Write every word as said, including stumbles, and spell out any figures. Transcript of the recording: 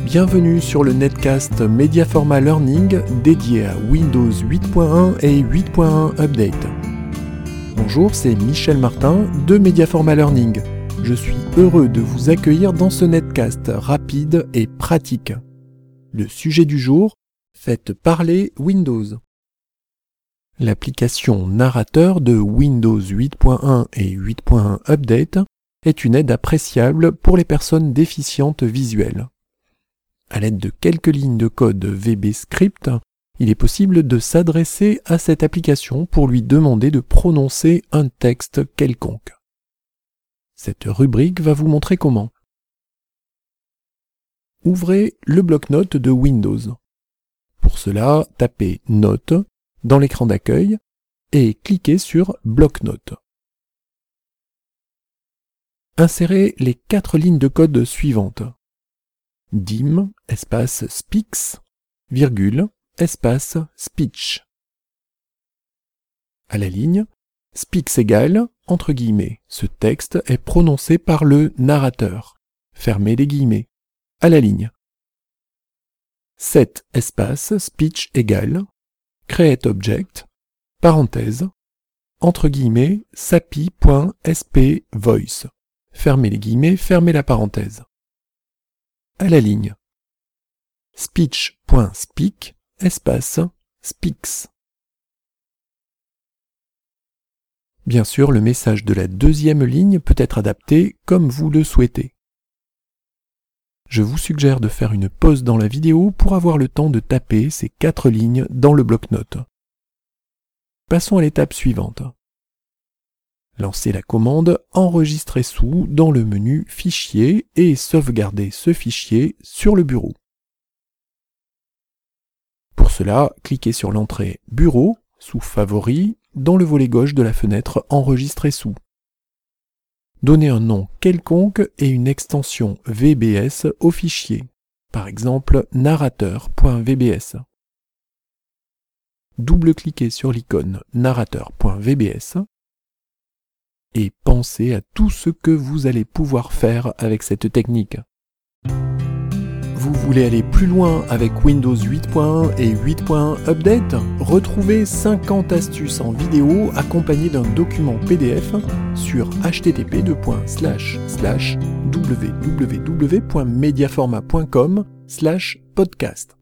Bienvenue sur le netcast Mediaforma Learning dédié à Windows huit point un et huit point un Update. Bonjour, c'est Michel Martin de Mediaforma Learning. Je suis heureux de vous accueillir dans ce netcast rapide et pratique. Le sujet du jour, faites parler Windows. L'application narrateur de Windows huit point un et huit point un Update est une aide appréciable pour les personnes déficientes visuelles. À l'aide de quelques lignes de code V B Script, il est possible de s'adresser à cette application pour lui demander de prononcer un texte quelconque. Cette rubrique va vous montrer comment. Ouvrez le bloc-notes de Windows. Pour cela, tapez Notes dans l'écran d'accueil et cliquez sur Bloc-notes. Insérez les quatre lignes de code suivantes. dim, espace speaks, virgule, espace speech. À la ligne, speaks égale, entre guillemets, ce texte est prononcé par le narrateur. Fermez les guillemets. À la ligne. set espace speech égale, create object, parenthèse, entre guillemets, sapi.sp voice. Fermez les guillemets, fermez la parenthèse. À la ligne. speech.speak, espace, speaks. Bien sûr, le message de la deuxième ligne peut être adapté comme vous le souhaitez. Je vous suggère de faire une pause dans la vidéo pour avoir le temps de taper ces quatre lignes dans le bloc-notes. Passons à l'étape suivante. Lancez la commande « Enregistrer sous » dans le menu « Fichier » et sauvegardez ce fichier sur le bureau. Pour cela, cliquez sur l'entrée « Bureau » sous « Favoris » dans le volet gauche de la fenêtre « Enregistrer sous ». Donnez un nom quelconque et une extension V B S au fichier, par exemple narrateur.vbs. Double-cliquez sur l'icône narrateur.vbs et pensez à tout ce que vous allez pouvoir faire avec cette technique. Vous voulez aller plus loin avec Windows huit point un et huit point un Update? Retrouvez cinquante astuces en vidéo accompagnées d'un document P D F sur h t t p deux slash slash w w w point mediaforma point com slash podcast.